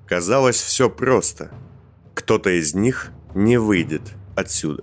Казалось, все просто. Кто-то из них не выйдет отсюда.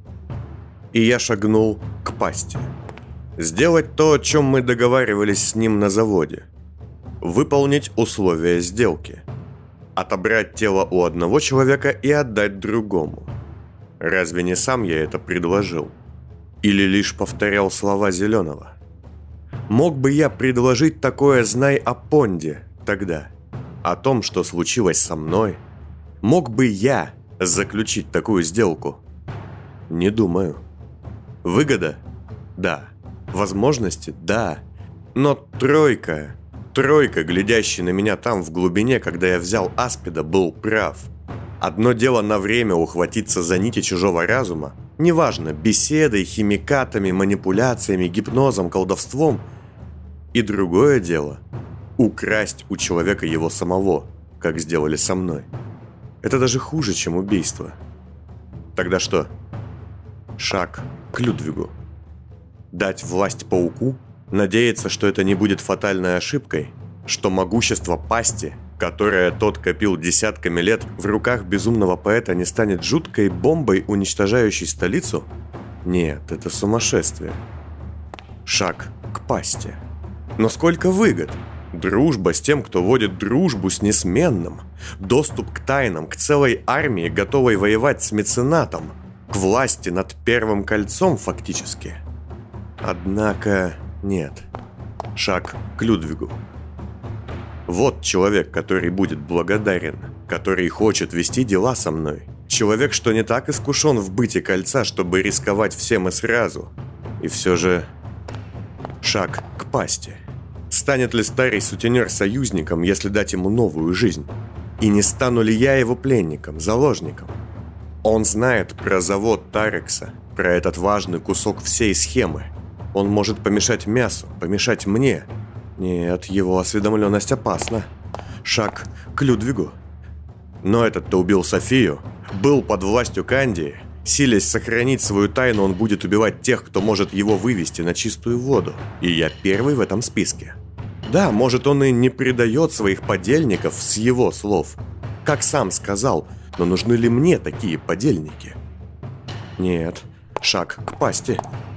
И я шагнул к пасти. Сделать то, о чем мы договаривались с ним на заводе. Выполнить условия сделки. Отобрать тело у одного человека и отдать другому. Разве не сам я это предложил? Или лишь повторял слова Зеленого? Мог бы я предложить такое, знай о Понде, тогда? О том, что случилось со мной? Мог бы я заключить такую сделку? Не думаю. Выгода? Да. Возможности? Да. Но тройка, глядящий на меня там в глубине, когда я взял аспида, был прав. Одно дело на время ухватиться за нити чужого разума, неважно, беседой, химикатами, манипуляциями, гипнозом, колдовством. И другое дело – украсть у человека его самого, как сделали со мной. Это даже хуже, чем убийство. Тогда что? Шаг к Людвигу. Дать власть пауку? Надеяться, что это не будет фатальной ошибкой? Что могущество пасти, которое тот копил десятками лет, в руках безумного поэта не станет жуткой бомбой, уничтожающей столицу? Нет, это сумасшествие. Шаг к пасти. Но сколько выгод? Дружба с тем, кто водит дружбу с несменным. Доступ к тайнам, к целой армии, готовой воевать с меценатом. К власти над Первым кольцом, фактически. Однако нет. Шаг к Людвигу. Вот человек, который будет благодарен, который хочет вести дела со мной. Человек, что не так искушен в быте кольца, чтобы рисковать всем и сразу. И все же шаг к пасти. Станет ли старый сутенер союзником, если дать ему новую жизнь? И не стану ли я его пленником, заложником? Он знает про завод Тарекса, про этот важный кусок всей схемы. Он может помешать мясу, помешать мне. Нет, его осведомленность опасна. Шаг к Людвигу. Но этот-то убил Софию, был под властью Кандии. Силясь сохранить свою тайну, он будет убивать тех, кто может его вывести на чистую воду. И я первый в этом списке. Да, может, он и не предает своих подельников с его слов. Как сам сказал, но нужны ли мне такие подельники? Нет, шаг к пасти.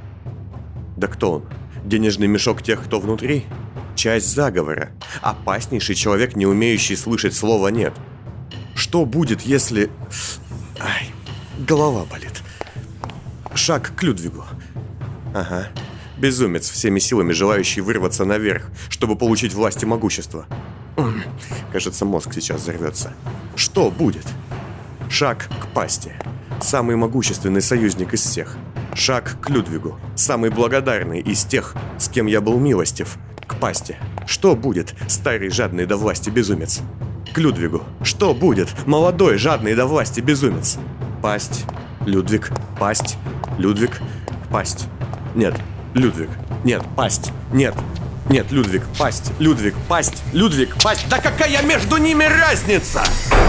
Да кто он? Денежный мешок тех, кто внутри? Часть заговора. Опаснейший человек, не умеющий слышать слова «нет». Что будет, если... Ай, голова болит. Шаг к Людвигу. Ага. Безумец, всеми силами желающий вырваться наверх, чтобы получить власть и могущество. Кажется, мозг сейчас взорвется. Что будет? Шаг к пасти. Самый могущественный союзник из всех. Шаг к Людвигу. Самый благодарный из тех, с кем я был милостив. К пасти. Что будет, старый жадный до власти безумец? К Людвигу. Что будет, молодой жадный до власти безумец? Пасть. Людвиг. Пасть. Людвиг. Пасть. Нет. Людвиг. Нет. Пасть. Нет. Нет, Людвиг. Пасть. Людвиг. Пасть. Людвиг. Пасть. Да какая между ними разница?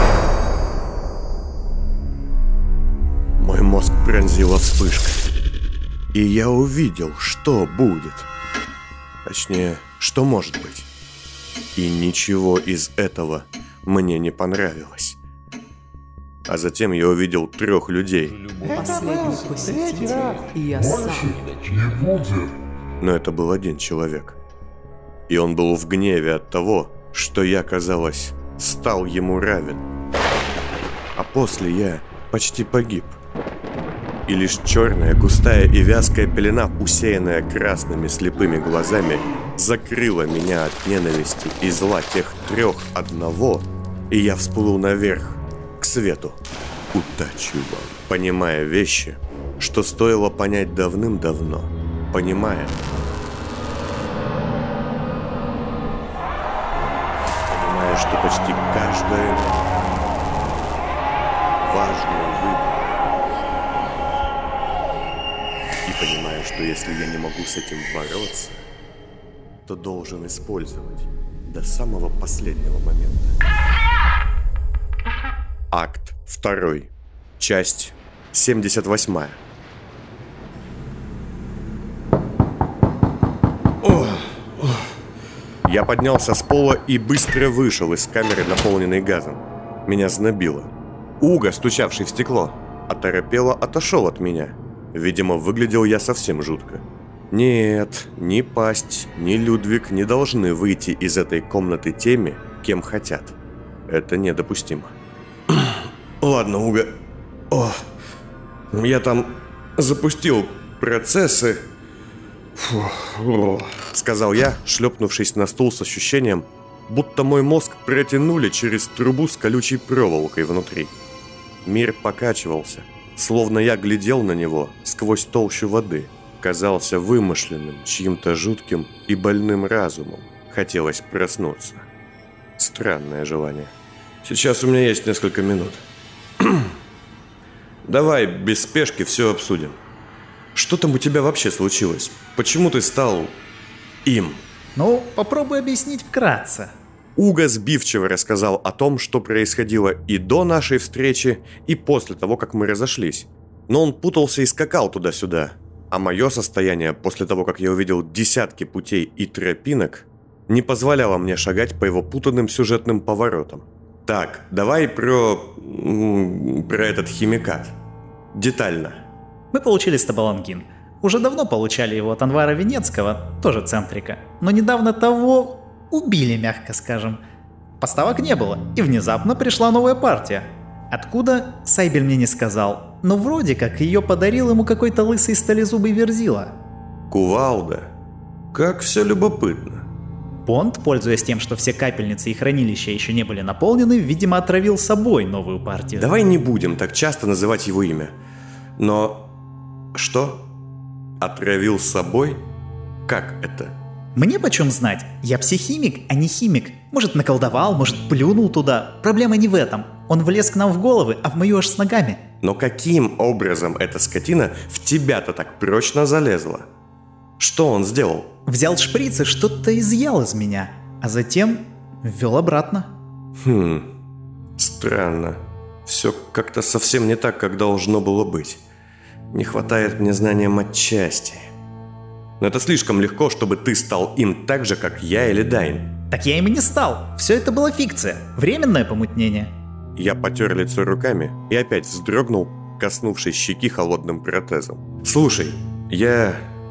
Мой мозг пронзила вспышка. И я увидел, что будет. Точнее, что может быть. И ничего из этого мне не понравилось. А затем я увидел 3 людей. Последний посетитель, и я сам. Но это был один человек. И он был в гневе от того, что я, казалось, стал ему равен. А после я почти погиб. И лишь черная, густая и вязкая пелена, усеянная красными слепыми глазами, закрыла меня от ненависти и зла тех 3 одного, и я всплыл наверх, к свету. Удачи вам. Понимая вещи, что стоило понять давным-давно. Понимая, что почти каждое важный выбор. И понимаю, что если я не могу с этим бороться, то должен использовать до самого последнего момента. Акт 2. Часть 78. Я поднялся с пола и быстро вышел из камеры, наполненной газом. Меня знобило. Уго, стучавший в стекло, оторопело отошел от меня. Видимо, выглядел я совсем жутко. Нет, ни Пасть, ни Людвиг не должны выйти из этой комнаты теми, кем хотят. Это недопустимо. Ладно, Уго. Я там запустил процессы. Сказал я, шлепнувшись на стул с ощущением, будто мой мозг протянули через трубу с колючей проволокой внутри. Мир покачивался, словно я глядел на него сквозь толщу воды. Казался вымышленным, чьим-то жутким и больным разумом. Хотелось проснуться. Странное желание. Сейчас у меня есть несколько минут. Давай без спешки все обсудим. Что там у тебя вообще случилось? Почему ты стал им? Ну, попробуй объяснить вкратце. Уго сбивчиво рассказал о том, что происходило и до нашей встречи, и после того, как мы разошлись. Но он путался и скакал туда-сюда. А мое состояние, после того, как я увидел десятки путей и тропинок, не позволяло мне шагать по его путанным сюжетным поворотам. Так, давай про этот химикат. Детально. Мы получили стабалангин. Уже давно получали его от Анвара Венецкого, тоже центрика. Но недавно того убили, мягко скажем. Поставок не было, и внезапно пришла новая партия. Откуда, Сайбель мне не сказал, но вроде как ее подарил ему какой-то лысый сталезубый верзила. Кувалда. Как все любопытно. Бонд, пользуясь тем, что все капельницы и хранилища еще не были наполнены, видимо, отравил с собой новую партию. Давай не будем так часто называть его имя. Но... Что? Отравил с собой? Как это? Мне почем знать? Я психимик, а не химик. Может, наколдовал, может, плюнул туда. Проблема не в этом. Он влез к нам в головы, а в мою аж с ногами. Но каким образом эта скотина в тебя-то так прочно залезла? Что он сделал? Взял шприц и что-то изъял из меня, а затем ввел обратно. Странно. Все как-то совсем не так, как должно было быть. Не хватает мне знания матчасти. Но это слишком легко, чтобы ты стал им так же, как я или Дайн. Так я им и не стал. Все это была фикция. Временное помутнение. Я потер лицо руками и опять вздрогнул, коснувшись щеки холодным протезом. Слушай, я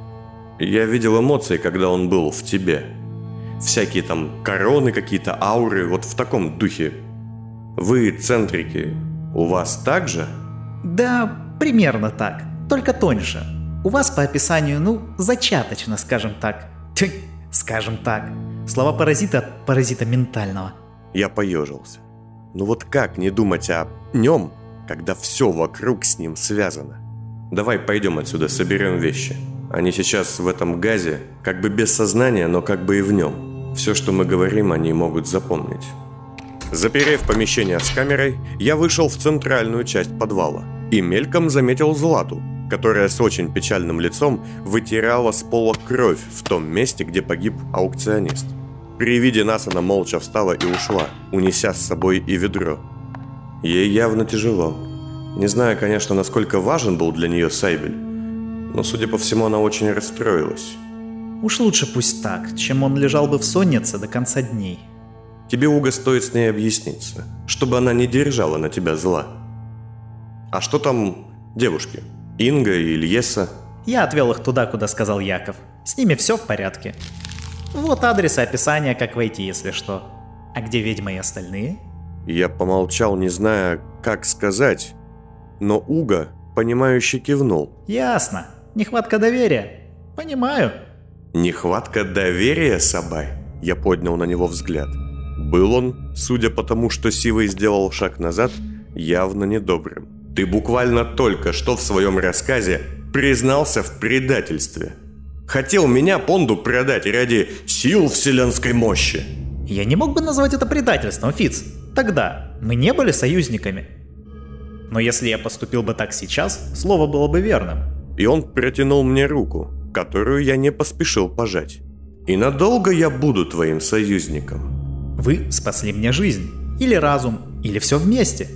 видел эмоции, когда он был в тебе. Всякие там короны какие-то, ауры, вот в таком духе. Вы, центрики, у вас так же? Да, примерно так, только тоньше. У вас по описанию, зачаточно, скажем так. Скажем так. Слова паразита от паразита ментального. Я поежился. Вот как не думать о нем, когда все вокруг с ним связано? Давай пойдем отсюда, соберем вещи. Они сейчас в этом газе, как бы без сознания, но как бы и в нем. Все, что мы говорим, они могут запомнить. Заперев помещение с камерой, я вышел в центральную часть подвала и мельком заметил Злату, которая с очень печальным лицом вытирала с пола кровь в том месте, где погиб аукционист. При виде нас она молча встала и ушла, унеся с собой и ведро. Ей явно тяжело. Не знаю, конечно, насколько важен был для нее Сайбель, но, судя по всему, она очень расстроилась. Уж лучше пусть так, чем он лежал бы в соннице до конца дней. Тебе, Уго, стоит с ней объясниться, чтобы она не держала на тебя зла. А что там девушки? Инга и Ильеса? Я отвел их туда, куда сказал Яков. С ними все в порядке. Вот адрес и описание, как войти, если что. А где ведьма и остальные? Я помолчал, не зная, как сказать, но Уго, понимающе кивнул. Ясно. Нехватка доверия. Понимаю. Нехватка доверия, Сабай? Я поднял на него взгляд. Был он, судя по тому, что Сивый сделал шаг назад, явно недобрым. Ты буквально только что в своем рассказе признался в предательстве. Хотел меня Понду продать ради сил вселенской мощи. Я не мог бы назвать это предательством, Фиц. Тогда мы не были союзниками. Но если я поступил бы так сейчас, слово было бы верным. И он протянул мне руку, которую я не поспешил пожать. И надолго я буду твоим союзником. Вы спасли мне жизнь. Или разум, или все вместе.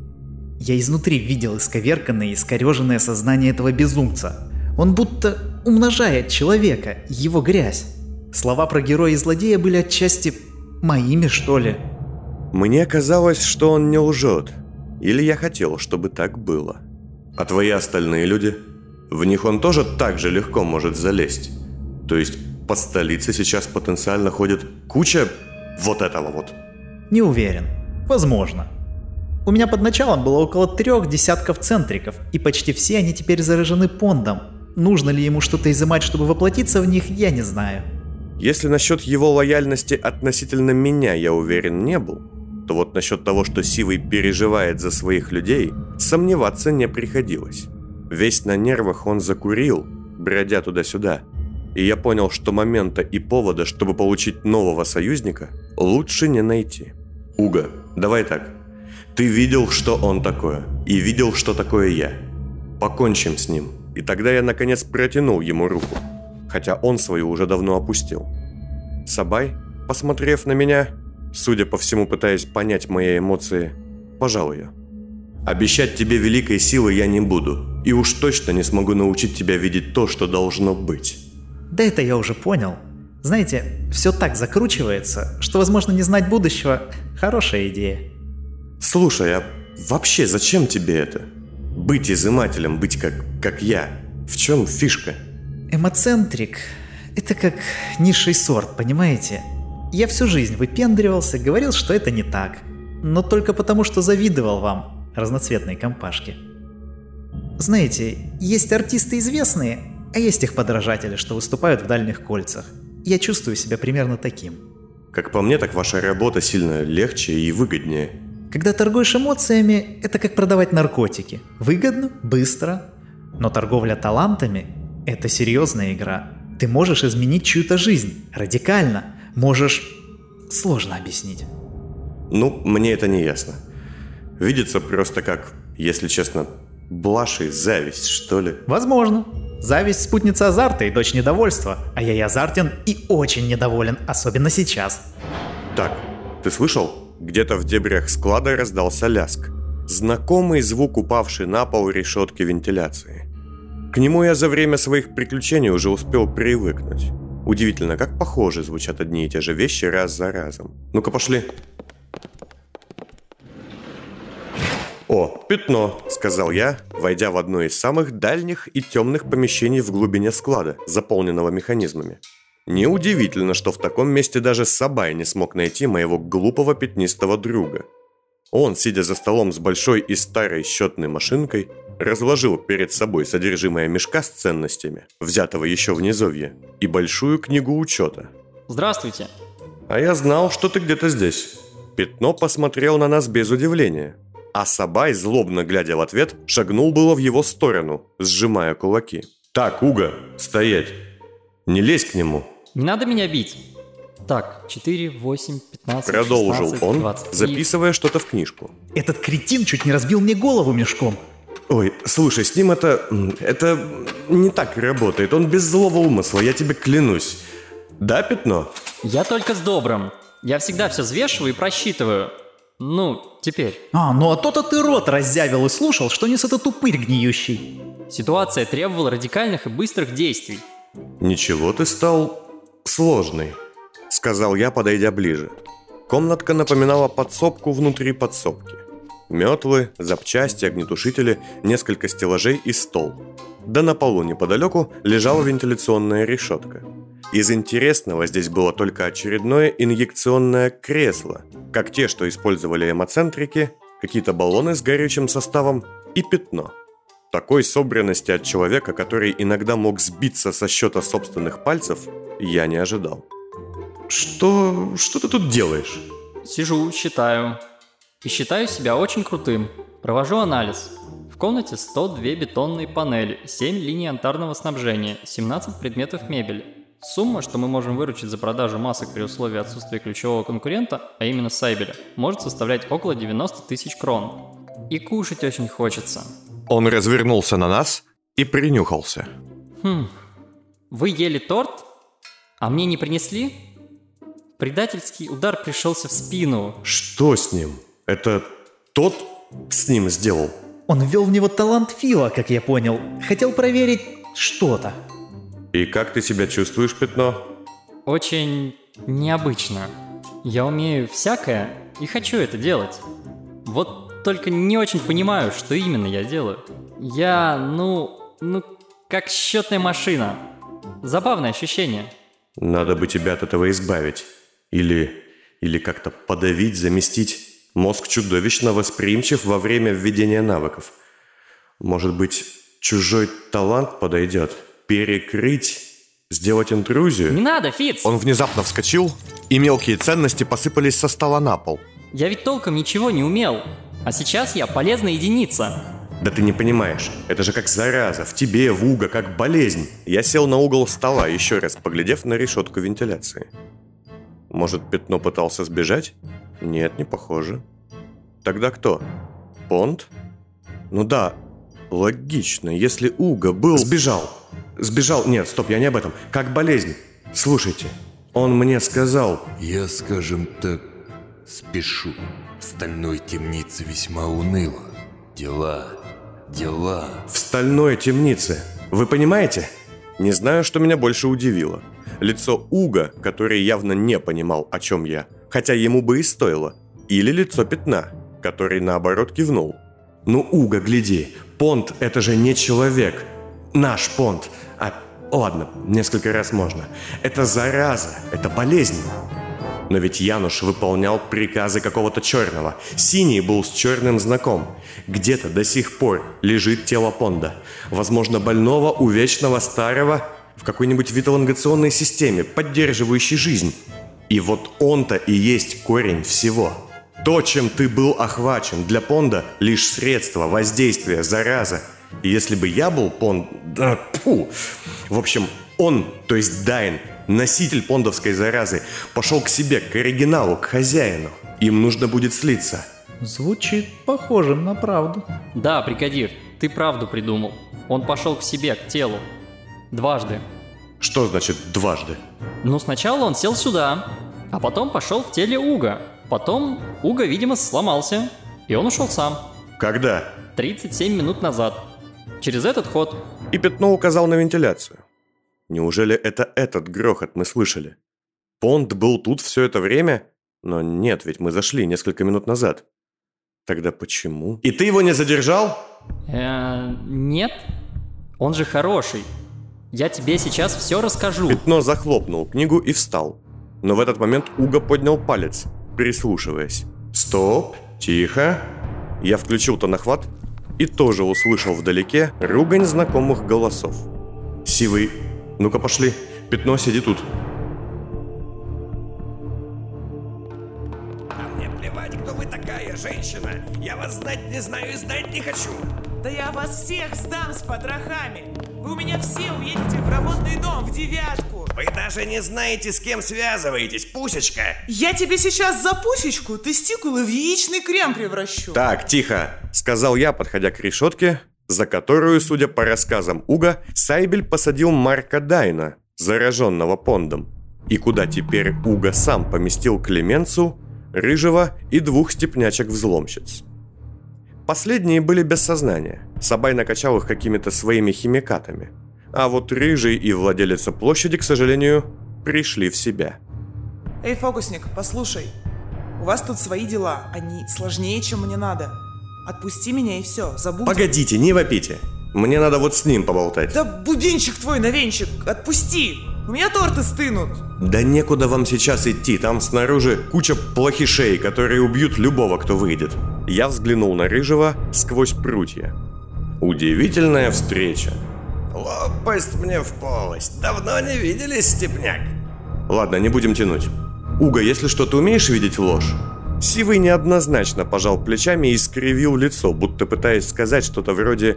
Я изнутри видел исковерканное и искореженное сознание этого безумца. Он будто умножает человека, его грязь. Слова про героя и злодея были отчасти моими, что ли. Мне казалось, что он не лжет. Или я хотел, чтобы так было. А твои остальные люди? В них он тоже так же легко может залезть. То есть по столице сейчас потенциально ходит куча вот этого вот. Не уверен. Возможно. У меня под началом было около 3 десятков центриков, и почти все они теперь заражены пондом. Нужно ли ему что-то изымать, чтобы воплотиться в них, я не знаю. Если насчет его лояльности относительно меня я уверен не был, то вот насчет того, что Сивый переживает за своих людей, сомневаться не приходилось. Весь на нервах он закурил, бродя туда-сюда. И я понял, что момента и повода, чтобы получить нового союзника, лучше не найти. Уга, давай так. Ты видел, что он такое, и видел, что такое я. Покончим с ним. И тогда я наконец протянул ему руку, хотя он свою уже давно опустил. Сабай, посмотрев на меня, судя по всему пытаясь понять мои эмоции, пожал ее. Обещать тебе великой силы я не буду, и уж точно не смогу научить тебя видеть то, что должно быть. Да это я уже понял. Знаете, все так закручивается, что, возможно, не знать будущего – хорошая идея. Слушай, а вообще зачем тебе это? Быть изымателем, быть как я. В чем фишка? Эмоцентрик – это как низший сорт, понимаете? Я всю жизнь выпендривался, говорил, что это не так. Но только потому, что завидовал вам, разноцветной компашке. Знаете, есть артисты известные, а есть их подражатели, что выступают в дальних кольцах. Я чувствую себя примерно таким. Как по мне, так ваша работа сильно легче и выгоднее. Когда торгуешь эмоциями, это как продавать наркотики. Выгодно, быстро. Но торговля талантами – это серьезная игра. Ты можешь изменить чью-то жизнь. Радикально. Можешь… Сложно объяснить. Ну, мне это не ясно. Видится просто как, если честно, блажь и зависть, что ли. Возможно. Зависть – спутница азарта и дочь недовольства. А я и азартен, и очень недоволен, особенно сейчас. Так, ты слышал? Где-то в дебрях склада раздался ляск. Знакомый звук, упавший на пол решетки вентиляции. К нему я за время своих приключений уже успел привыкнуть. Удивительно, как похоже звучат одни и те же вещи раз за разом. Ну-ка, пошли. «О, пятно», — сказал я, войдя в одно из самых дальних и темных помещений в глубине склада, заполненного механизмами. Неудивительно, что в таком месте даже Сабай не смог найти моего глупого пятнистого друга. Он, сидя за столом с большой и старой счетной машинкой, разложил перед собой содержимое мешка с ценностями, взятого еще в низовье, и большую книгу учета. Здравствуйте. А я знал, что ты где-то здесь. Пятно посмотрел на нас без удивления, а Сабай, злобно глядя в ответ, шагнул было в его сторону, сжимая кулаки. «Так, Уга, стоять! Не лезь к нему!» Не надо меня бить. Так, 4, 8, 15, Продолжил 16, он, 23. записывая что-то в книжку. Этот кретин чуть не разбил мне голову мешком. Ой, слушай, с ним это не так работает. Он без злого умысла, я тебе клянусь. Да, Пятно? Я только с добрым. Я всегда все взвешиваю и просчитываю. Ну, теперь. Ну а то-то ты рот раззявил и слушал, что нес этот упырь гниющий. Ситуация требовала радикальных и быстрых действий. Ничего ты стал сложный, сказал я, подойдя ближе. Комнатка напоминала подсобку внутри подсобки. Метлы, запчасти, огнетушители, несколько стеллажей и стол. Да на полу неподалеку лежала вентиляционная решетка. Из интересного здесь было только очередное инъекционное кресло, как те, что использовали эмоцентрики, какие-то баллоны с горючим составом и Пятно. Такой собранности от человека, который иногда мог сбиться со счета собственных пальцев, я не ожидал. Что ты тут делаешь? Сижу, считаю. И считаю себя очень крутым. Провожу анализ. В комнате 102 бетонные панели, 7 линий янтарного снабжения, 17 предметов мебели. Сумма, что мы можем выручить за продажу масок при условии отсутствия ключевого конкурента, а именно Сайбеля, может составлять около 90 тысяч крон. И кушать очень хочется. Он развернулся на нас и принюхался. Вы ели торт? А мне не принесли? Предательский удар пришелся в спину. Что с ним? Это тот с ним сделал? Он ввел в него талант Фила, как я понял. Хотел проверить что-то. И как ты себя чувствуешь, Пятно? Очень необычно. Я умею всякое, и хочу это делать. Вот только не очень понимаю, что именно я делаю. Я, как счетная машина. Забавное ощущение. Надо бы тебя от этого избавить. Или как-то подавить, заместить. Мозг чудовищно восприимчив во время введения навыков. Может быть, чужой талант подойдет? Перекрыть? Сделать интрузию? Не надо, Фиц! Он внезапно вскочил, и мелкие ценности посыпались со стола на пол. Я ведь толком ничего не умел. А сейчас я полезная единица. Да ты не понимаешь, это же как зараза, в тебе, в Уго, как болезнь. Я сел на угол стола, еще раз поглядев на решетку вентиляции. Может, Пятно пытался сбежать? Нет, не похоже. Тогда кто? Понт? Ну да, логично, если Уго был... Сбежал, нет, стоп, я не об этом. Как болезнь. Слушайте, он мне сказал... Я, скажем так, спешу. В стальной темнице весьма уныло. Дела. В стальной темнице. Вы понимаете? Не знаю, что меня больше удивило. Лицо Уго, который явно не понимал, о чем я, хотя ему бы и стоило. Или лицо Пятна, который наоборот кивнул. Ну, Уго, гляди, Понт — это же не человек. Наш Понт. Ладно, несколько раз можно. Это зараза, это болезнь. Но ведь Януш выполнял приказы какого-то черного. Синий был с черным знаком. Где-то до сих пор лежит тело Понда. Возможно, больного, увечного, старого, в какой-нибудь виталангационной системе, поддерживающей жизнь. И вот он-то и есть корень всего. То, чем ты был охвачен, для Понда лишь средство, воздействие, зараза. И если бы я был Понд... В общем, он, то есть Дайн, носитель пондовской заразы, пошел к себе, к оригиналу, к хозяину. Им нужно будет слиться. Звучит похожим на правду. Да, бригадир, ты правду придумал. Он пошел к себе, к телу. Дважды. Что значит дважды? Ну, сначала он сел сюда, а потом пошел в теле Уго. Потом Уго, видимо, сломался, и он ушел сам. Когда? 37 минут назад. Через этот ход. И Пятно указал на вентиляцию. Неужели это этот грохот мы слышали? Понт был тут все это время? Но нет, ведь мы зашли несколько минут назад. Тогда почему? И ты его не задержал? Нет. Он же хороший. Я тебе сейчас все расскажу. Пятно захлопнул книгу и встал. Но в этот момент Уго поднял палец, прислушиваясь. Стоп, тихо. Я включил тонохват и тоже услышал вдалеке ругань знакомых голосов. Сивый, ну-ка пошли, Пятно, сиди тут. А мне плевать, кто вы такая, женщина. Я вас знать не знаю и знать не хочу. Да я вас всех сдам с потрохами. Вы у меня все уедете в работный дом, в 9. Вы даже не знаете, с кем связываетесь, пусечка. Я тебе сейчас за пусечку тестикулы в яичный крем превращу. Так, тихо, сказал я, подходя к решетке, за которую, судя по рассказам Уго, Сайбель посадил Марка Дайна, зараженного Пондом, и куда теперь Уго сам поместил Клеменцу, Рыжего и 2 степнячек-взломщиц. Последние были без сознания, Сабай накачал их какими-то своими химикатами, а вот Рыжий и владелица площади, к сожалению, пришли в себя. Эй, фокусник, послушай. У вас тут свои дела, они сложнее, чем мне надо. Отпусти меня и все, забудь. Погодите, не вопите. Мне надо вот с ним поболтать. Да бубенчик твой навенчик, отпусти. У меня торты стынут. Да некуда вам сейчас идти, там снаружи куча плохишей, которые убьют любого, кто выйдет. Я взглянул на Рыжего сквозь прутья. Удивительная встреча. Лопасть мне в полость. Давно не виделись, степняк. Ладно, не будем тянуть. Уго, если что, ты умеешь видеть ложь? Сивый неоднозначно пожал плечами и скривил лицо, будто пытаясь сказать что-то вроде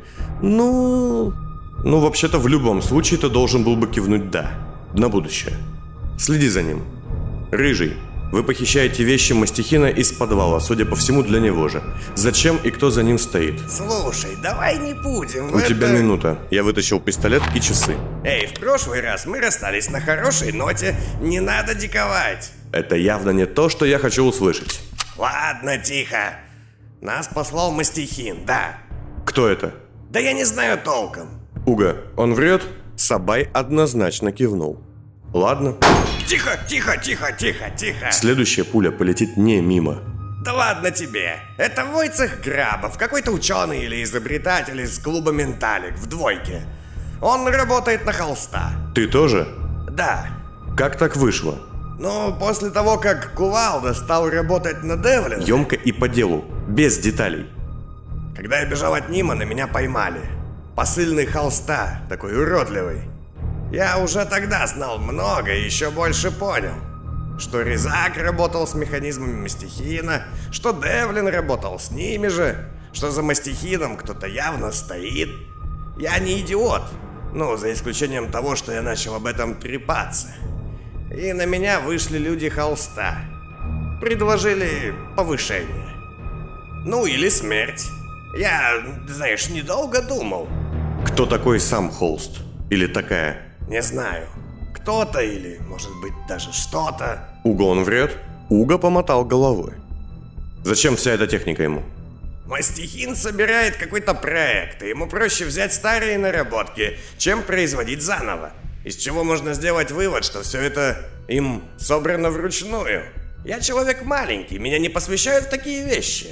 Ну, вообще-то в любом случае ты должен был бы кивнуть «да». На будущее. Следи за ним. Рыжий, вы похищаете вещи Мастихина из подвала, судя по всему, для него же. Зачем и кто за ним стоит? Слушай, давай не будем. У тебя минута. Я вытащил пистолет и часы. Эй, в прошлый раз мы расстались на хорошей ноте. Не надо диковать. Это явно не то, что я хочу услышать. Ладно, тихо. Нас послал Мастихин, да. Кто это? Да я не знаю толком. Уго, он врет? Сабай однозначно кивнул. Ладно. Тихо. Следующая пуля полетит не мимо. Да ладно тебе. Это Войцех Грабов, какой-то ученый или изобретатель из клуба «Менталик» в двойке. Он работает на холста. Ты тоже? Да. Как так вышло? Ну, после того, как Кувалда стал работать на Девлина... Емко и по делу, без деталей. Когда я бежал от Нимана, меня поймали. Посыльный холста, такой уродливый. Я уже тогда знал много и еще больше понял. Что Резак работал с механизмами Мастихина, что Девлин работал с ними же, что за Мастихином кто-то явно стоит. Я не идиот, ну, за исключением того, что я начал об этом трепаться. И на меня вышли люди холста. Предложили повышение. Ну или смерть. Я, знаешь, недолго думал. Кто такой сам Холст? Или такая? Не знаю. Кто-то или, может быть, даже что-то. Уго он врет? Уго помотал головой. Зачем вся эта техника ему? Мастихин собирает какой-то проект, и ему проще взять старые наработки, чем производить заново. Из чего можно сделать вывод, что все это им собрано вручную. Я человек маленький, меня не посвящают в такие вещи.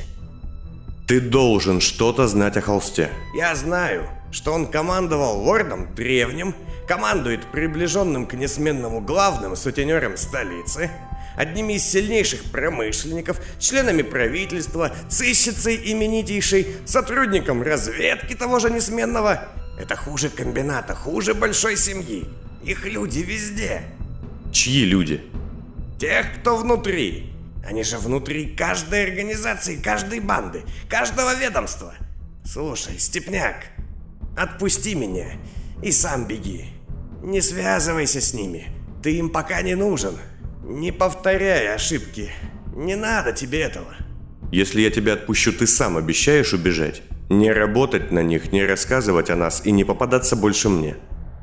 Ты должен что-то знать о Холсте. Я знаю, что он командовал лордом древним, командует приближенным к несменному главным сутенером столицы, одними из сильнейших промышленников, членами правительства, сыщицей именитейшей, сотрудником разведки того же несменного. Это хуже комбината, хуже большой семьи. Их люди везде. Чьи люди? Тех, кто внутри. Они же внутри каждой организации, каждой банды, каждого ведомства. Слушай, Степняк, отпусти меня и сам беги. Не связывайся с ними, ты им пока не нужен. Не повторяй ошибки, не надо тебе этого. Если я тебя отпущу, ты сам обещаешь убежать? Не работать на них, не рассказывать о нас и не попадаться больше мне.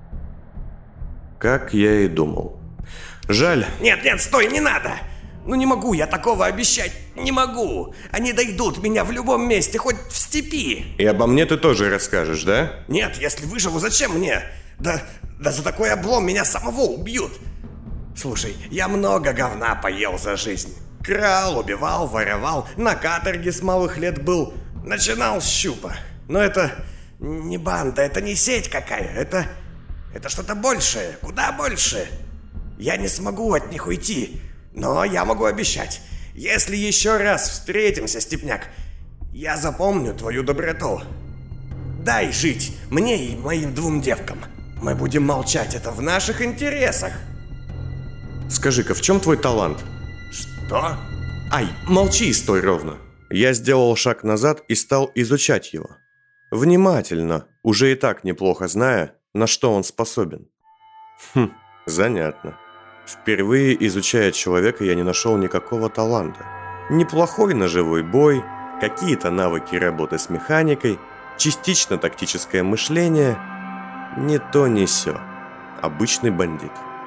Как я и думал. Жаль. Нет, стой, не надо! Ну не могу я такого обещать, не могу. Они дойдут меня в любом месте, хоть в степи. И обо мне ты тоже расскажешь, да? Нет, если выживу, зачем мне? Да за такой облом меня самого убьют. Слушай, я много говна поел за жизнь. Крал, убивал, воровал, на каторге с малых лет был. Начинал с щупа. Но это не банда, это не сеть какая, это что-то большее, куда больше. Я не смогу от них уйти. Но я могу обещать, если еще раз встретимся, Степняк, я запомню твою доброту. Дай жить мне и моим двум девкам. Мы будем молчать, это в наших интересах. Скажи-ка, в чем твой талант? Что? Ай, молчи и стой ровно. Я сделал шаг назад и стал изучать его. Внимательно, уже и так неплохо зная, на что он способен. Занятно. Впервые изучая человека, я не нашел никакого таланта. Неплохой ножевой бой, какие-то навыки работы с механикой, частично тактическое мышление. Ни то, ни сё. Обычный бандит.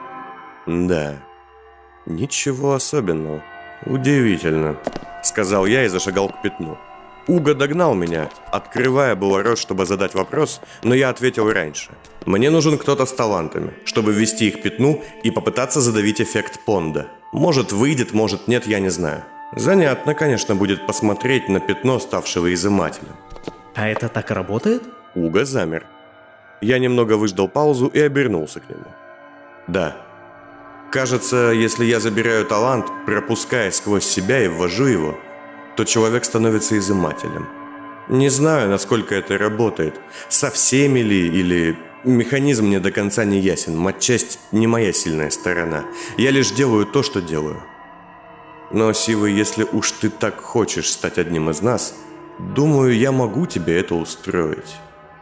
Да, ничего особенного. Удивительно, сказал я и зашагал к пятну. Уго догнал меня, открывая было рот, чтобы задать вопрос, но я ответил раньше. Мне нужен кто-то с талантами, чтобы ввести их к пятну и попытаться задавить эффект Понда. Может выйдет, может нет, я не знаю. Занятно, конечно, будет посмотреть на пятно, ставшего изымателем. А это так работает? Уго замер. Я немного выждал паузу и обернулся к нему. Да. Кажется, если я забираю талант, пропуская сквозь себя и ввожу его, то человек становится изымателем. Не знаю, насколько это работает, со всеми ли, или механизм мне до конца не ясен, матчасть не моя сильная сторона. Я лишь делаю то, что делаю. Но, Сивый, если уж ты так хочешь стать одним из нас, думаю, я могу тебе это устроить.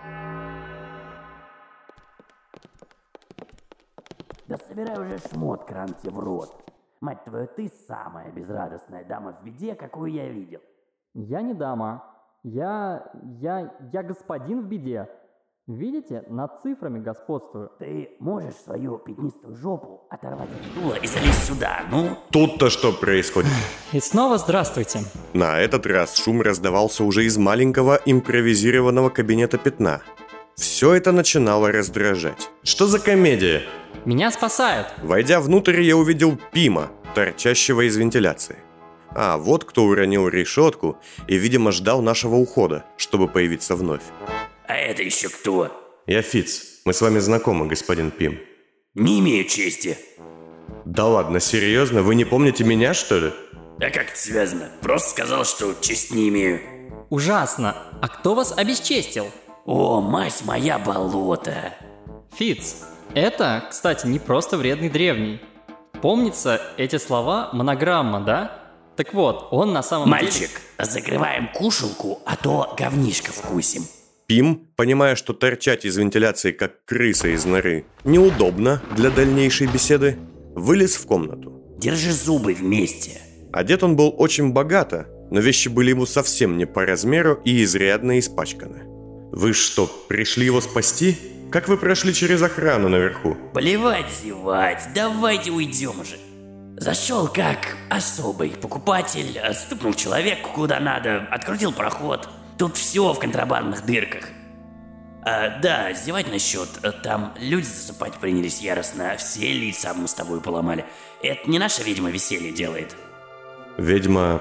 Да собирай уже шмот, кран тебе в рот. Мать твою, ты самая безрадостная дама в беде, какую я видел. Я не дама. Я господин в беде. Видите, над цифрами господствую. Ты можешь свою пятнистую жопу оторвать от стула и залезть сюда, ну? Тут-то что происходит? И снова здравствуйте. На этот раз шум раздавался уже из маленького импровизированного кабинета пятна. Все это начинало раздражать. Что за комедия? Меня спасают. Войдя внутрь, я увидел Пима, торчащего из вентиляции. А, вот кто уронил решетку и, видимо, ждал нашего ухода, чтобы появиться вновь. А это еще кто? Я Фиц. Мы с вами знакомы, господин Пим. Не имею чести. Да ладно, серьезно? Вы не помните меня, что ли? А как это связано? Просто сказал, что честь не имею. Ужасно. А кто вас обесчестил? О, мать моя, болото. Фиц. Это, кстати, не просто вредный древний. Помнится, эти слова монограмма, да? Так вот, он на самом деле... Мальчик, закрываем кушалку, а то говнишко вкусим. Пим, понимая, что торчать из вентиляции, как крыса из норы, неудобно для дальнейшей беседы, вылез в комнату. Держи зубы вместе. Одет он был очень богато, но вещи были ему совсем не по размеру и изрядно испачканы. Вы что, пришли его спасти? Как вы прошли через охрану наверху? Плевать зевать, давайте уйдем уже. Зашел как особый покупатель, стукнул человеку куда надо, открутил проход. Тут все в контрабандных дырках. Да, зевать насчет, там люди засыпать принялись яростно, все лица мы с тобой поломали. Это не наша ведьма веселье делает. Ведьма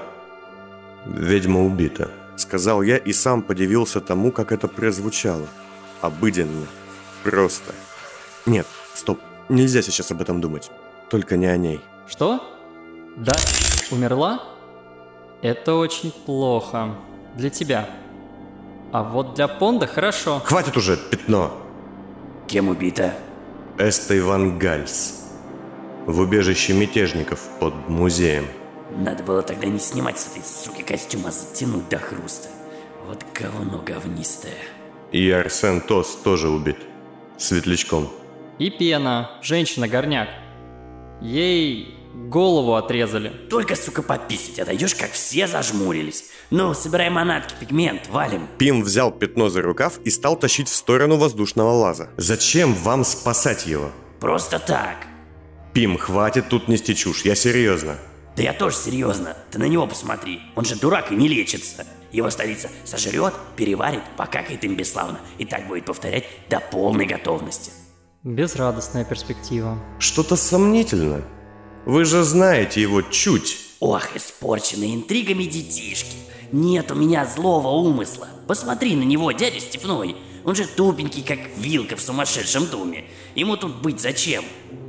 убита, сказал я и сам подивился тому, как это прозвучало. Обыденно. Просто. Нет, стоп, нельзя сейчас об этом думать. Только не о ней. Что? Да, умерла? Это очень плохо. Для тебя. А вот для Понда хорошо. Хватит уже, пятно. Кем убита? Эстой Ван Гальс. В убежище мятежников под музеем. Надо было тогда не снимать с этой суки костюм, а затянуть до хруста. Вот говно говнистое. И Арсен Тос тоже убит. Светлячком. И Пена, женщина-горняк. Ей голову отрезали. Только, сука, пописать отойдешь, как все зажмурились. Ну, собирай манатки, пигмент, валим. Пим взял пятно за рукав и стал тащить в сторону воздушного лаза. Зачем вам спасать его? Просто так. Пим, хватит тут нести чушь, я серьезно. Да я тоже серьезно. Ты на него посмотри. Он же дурак и не лечится. Его столица сожрет, переварит, покакает им бесславно. И так будет повторять до полной готовности. Безрадостная перспектива. Что-то сомнительно. Вы же знаете его чуть. Ох, испорченные интригами детишки. Нет у меня злого умысла. Посмотри на него, дядя Степной. Он же тупенький, как вилка в сумасшедшем доме. Ему тут быть зачем?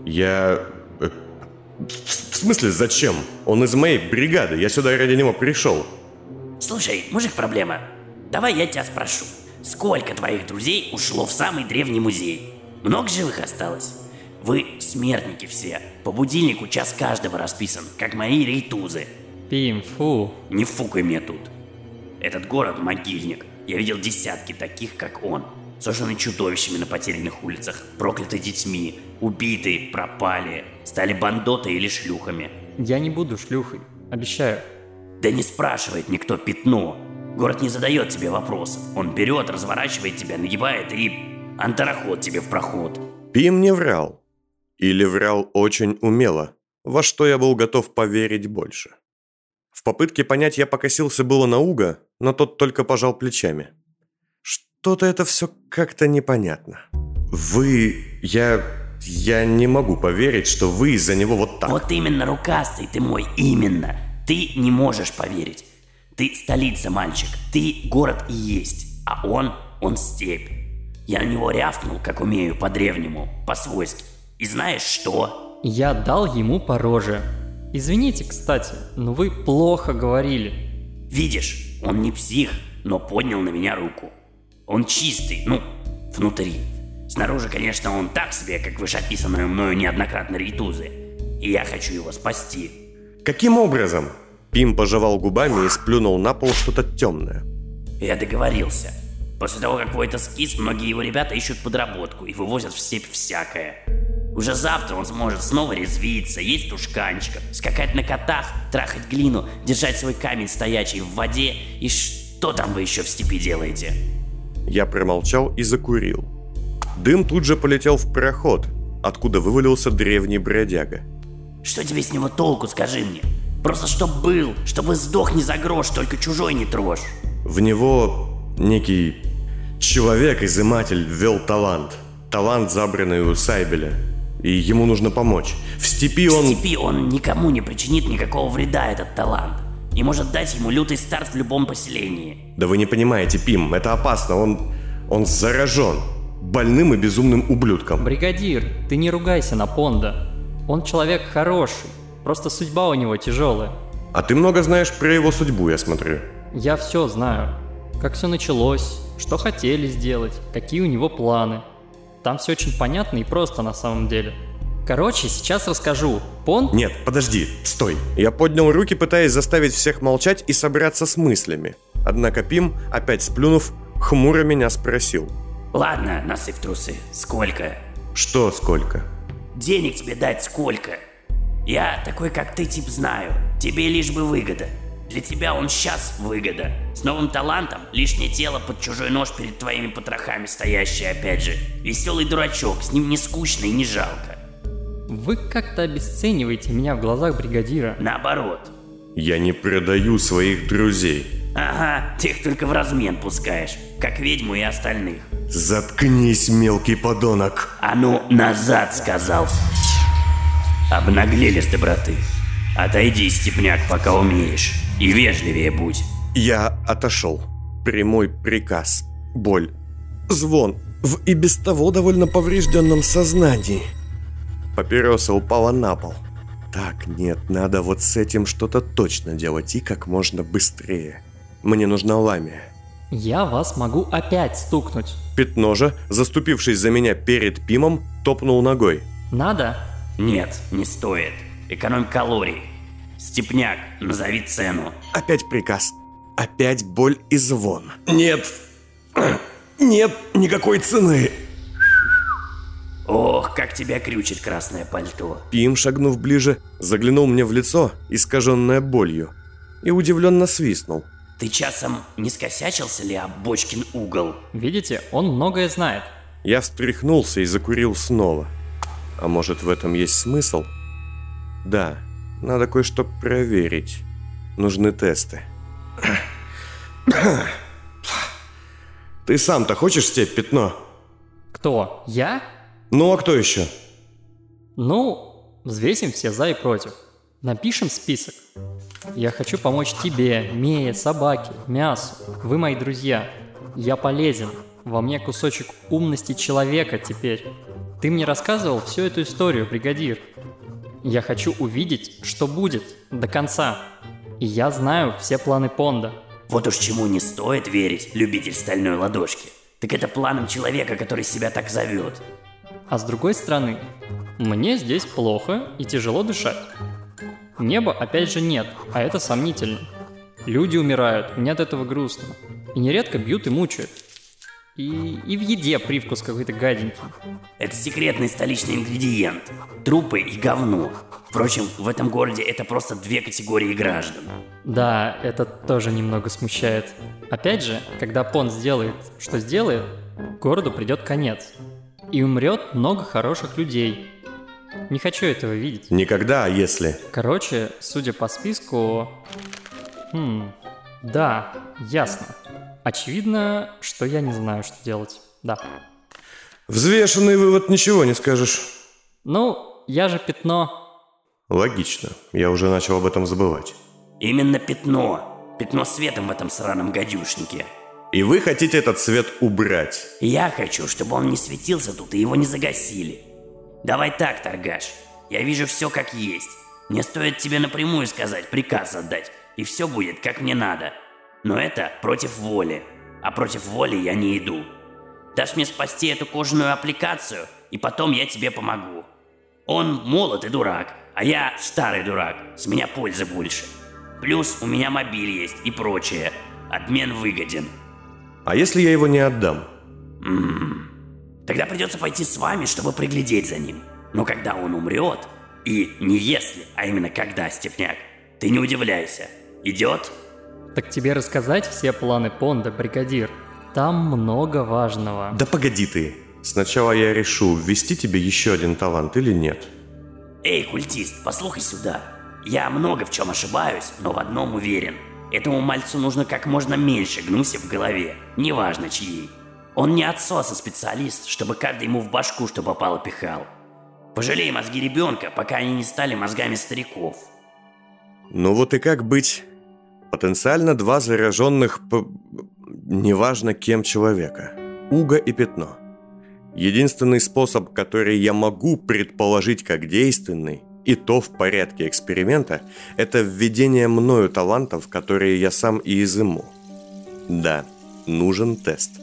В смысле зачем? Он из моей бригады, я сюда ради него пришел. Слушай, мужик, проблема. Давай я тебя спрошу. Сколько твоих друзей ушло в самый древний музей? Много живых осталось? Вы смертники все. По будильнику час каждого расписан, как мои рейтузы. Пим, фу. Не фукай мне тут. Этот город могильник. Я видел десятки таких, как он. Сожжены чудовищами на потерянных улицах, прокляты детьми, убиты, пропали, стали бандотой или шлюхами. Я не буду шлюхой, обещаю. Да не спрашивает никто, пятно. Город не задает тебе вопросов. Он берет, разворачивает тебя, нагибает и антароход тебе в проход. Пим не врал. Или врал очень умело, во что я был готов поверить больше. В попытке понять я покосился было на Уга, но тот только пожал плечами. Что-то это все как-то непонятно. Я не могу поверить, что вы из-за него вот так. Вот именно, рукастый ты мой, именно. Ты не можешь поверить. Ты столица, мальчик. Ты город и есть. А он степь. Я на него рявкнул, как умею, по-древнему, по-свойски. И знаешь что? Я дал ему по роже. Извините, кстати, но вы плохо говорили. Видишь, он не псих, но поднял на меня руку. Он чистый, внутри. Снаружи, конечно, он так себе, как вышеописанные мною неоднократно рейтузы. И я хочу его спасти. Каким образом? Пим пожевал губами и сплюнул на пол что-то темное. Я договорился. После того, как Войта скис, многие его ребята ищут подработку и вывозят в степь всякое. Уже завтра он сможет снова резвиться, есть тушканчиков, скакать на котах, трахать глину, держать свой камень стоячий в воде. И что там вы еще в степи делаете? Я промолчал и закурил. Дым тут же полетел в проход, откуда вывалился древний бродяга. Что тебе с него толку, скажи мне? Просто чтоб был, чтобы сдох не за грош, только чужой не трожь. В него некий человек-изыматель ввел талант. Талант, забранный у Сайбеля. И ему нужно помочь. В степи он... В степи он никому не причинит никакого вреда, этот талант. и может дать ему лютый старт в любом поселении. Да вы не понимаете, Пим, это опасно, он заражен. Больным и безумным ублюдком. Бригадир, ты не ругайся на Понда. Он человек хороший, просто судьба у него тяжелая. А ты много знаешь про его судьбу, я смотрю. Я все знаю. Как все началось, что хотели сделать, какие у него планы. Там все очень понятно и просто на самом деле. Короче, сейчас расскажу. Понд... Нет, подожди, стой. Я поднял руки, пытаясь заставить всех молчать и собраться с мыслями. Однако Пим, опять сплюнув, хмуро меня спросил. Ладно, насыпь трусы. Сколько? Что сколько? Денег тебе дать сколько? Я такой, как ты, тип, знаю. Тебе лишь бы выгода. Для тебя он сейчас выгода. С новым талантом лишнее тело под чужой нож перед твоими потрохами стоящее, опять же. Веселый дурачок, с ним не скучно и не жалко. Вы как-то обесцениваете меня в глазах бригадира. Наоборот. Я не продаю своих друзей. Ага, ты их только в размен пускаешь, как ведьму и остальных. Заткнись, мелкий подонок. А ну, назад, сказал. Обнаглели с доброты. Отойди, степняк, пока умеешь. И вежливее будь. Я отошел. Прямой приказ. Боль. Звон. В и без того довольно поврежденном сознании. Папироса упала на пол. Так, нет, надо вот с этим что-то точно делать и как можно быстрее. Мне нужна ламия. Я вас могу опять стукнуть. Пятно же, заступившись за меня перед Пимом, топнул ногой. Надо? Нет, не стоит. Экономь калорий. Степняк, назови цену. Опять приказ. Опять боль и звон. Нет. Нет никакой цены. Ох, как тебя крючит красное пальто. Пим, шагнув ближе, заглянул мне в лицо, искаженное болью, и удивленно свистнул. Ты часом не скосячился ли об бочкин угол? Видите, он многое знает. Я встряхнулся и закурил снова. А может, в этом есть смысл? Да, надо кое-что проверить. Нужны тесты. Ты сам-то хочешь степь, Пятно? Кто? Я? Ну, а кто еще? Ну, взвесим все за и против. Напишем список. Я хочу помочь тебе, Мее, собаке, мясу. Вы мои друзья. Я полезен. Во мне кусочек умности человека теперь. Ты мне рассказывал всю эту историю, бригадир. Я хочу увидеть, что будет, до конца. И я знаю все планы Понда. Вот уж чему не стоит верить, любитель стальной ладошки. Так это планом человека, который себя так зовет. А с другой стороны, мне здесь плохо и тяжело дышать. Неба опять же нет, а это сомнительно. Люди умирают, мне от этого грустно. И нередко бьют и мучают. И в еде привкус какой-то гаденький. Это секретный столичный ингредиент. Трупы и говно. Впрочем, в этом городе это просто две категории граждан. Да, это тоже немного смущает. Опять же, когда Понд сделает, что сделает, городу придет конец. И умрет много хороших людей. Не хочу этого видеть. Никогда, а если? Короче, судя по списку... Да, ясно. Очевидно, что я не знаю, что делать. Да. Взвешенный вывод, ничего не скажешь. Ну, я же Пятно. Логично, я уже начал об этом забывать. Именно Пятно. Пятно светом в этом сраном гадюшнике. И вы хотите этот свет убрать? Я хочу, чтобы он не светился тут и его не загасили. Давай так, торгаш. Я вижу все как есть. Мне стоит тебе напрямую сказать, приказ отдать, и все будет как мне надо. Но это против воли. А против воли я не иду. Дашь мне спасти эту кожаную аппликацию, и потом я тебе помогу. Он молод и дурак, а я старый дурак. С меня пользы больше. Плюс у меня мобиль есть и прочее. Обмен выгоден. А если я его не отдам? Тогда придется пойти с вами, чтобы приглядеть за ним. Но когда он умрет, и не если, а именно когда, степняк, ты не удивляйся. Идет? Так тебе рассказать все планы Понда, бригадир? Там много важного. Да погоди ты. Сначала я решу, ввести тебе еще один талант или нет. Эй, культист, послухай сюда. Я много в чем ошибаюсь, но в одном уверен. Этому мальцу нужно как можно меньше гнуси в голове, неважно чьей. Он не отсос, а специалист, чтобы каждый ему в башку, что попало, пихал. Пожалей мозги ребенка, пока они не стали мозгами стариков. Ну вот и как быть? Потенциально два зараженных, неважно кем человека. Уга и Пятно. Единственный способ, который я могу предположить как действенный, и то в порядке эксперимента, это введение мною талантов, которые я сам и изыму. Да, нужен тест.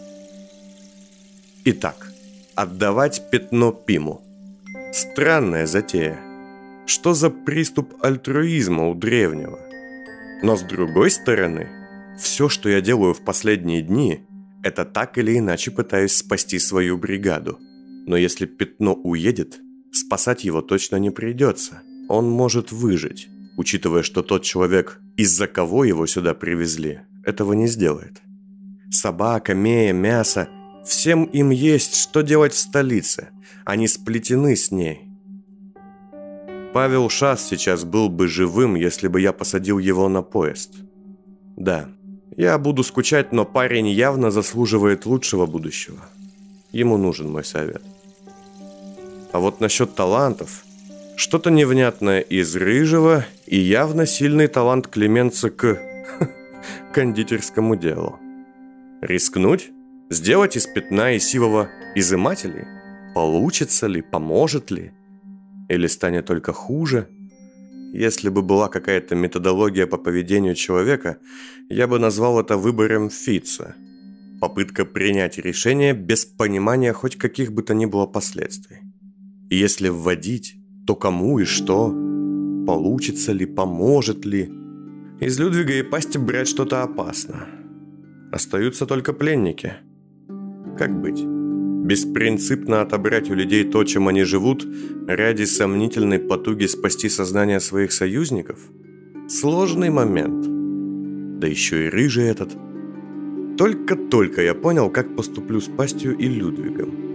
Итак, отдавать Пятно Пиму. Странная затея. Что за приступ альтруизма у древнего? Но с другой стороны, все, что я делаю в последние дни, это так или иначе пытаюсь спасти свою бригаду. Но если Пятно уедет, спасать его точно не придется. Он может выжить, учитывая, что тот человек, из-за кого его сюда привезли, этого не сделает. Собака, Мея, мясо – всем им есть, что делать в столице. Они сплетены с ней. Павел Шас сейчас был бы живым, если бы я посадил его на поезд. Да, я буду скучать, но парень явно заслуживает лучшего будущего. Ему нужен мой совет. А вот насчет талантов, что-то невнятное из Рыжего и явно сильный талант Клеменца к кондитерскому делу. Рискнуть? Сделать из Пятна и Сивого изымателей? Получится ли, поможет ли? Или станет только хуже? Если бы была какая-то методология по поведению человека, я бы назвал это выбором Фитца. Попытка принять решение без понимания хоть каких бы то ни было последствий. И если вводить, то кому и что? Получится ли, поможет ли? Из Людвига и Пасти брать что-то опасно. Остаются только пленники. Как быть? Беспринципно отобрать у людей то, чем они живут, ради сомнительной потуги спасти сознание своих союзников? Сложный момент. Да еще и Рыжий этот. Только-только я понял, как поступлю с Пастью и Людвигом.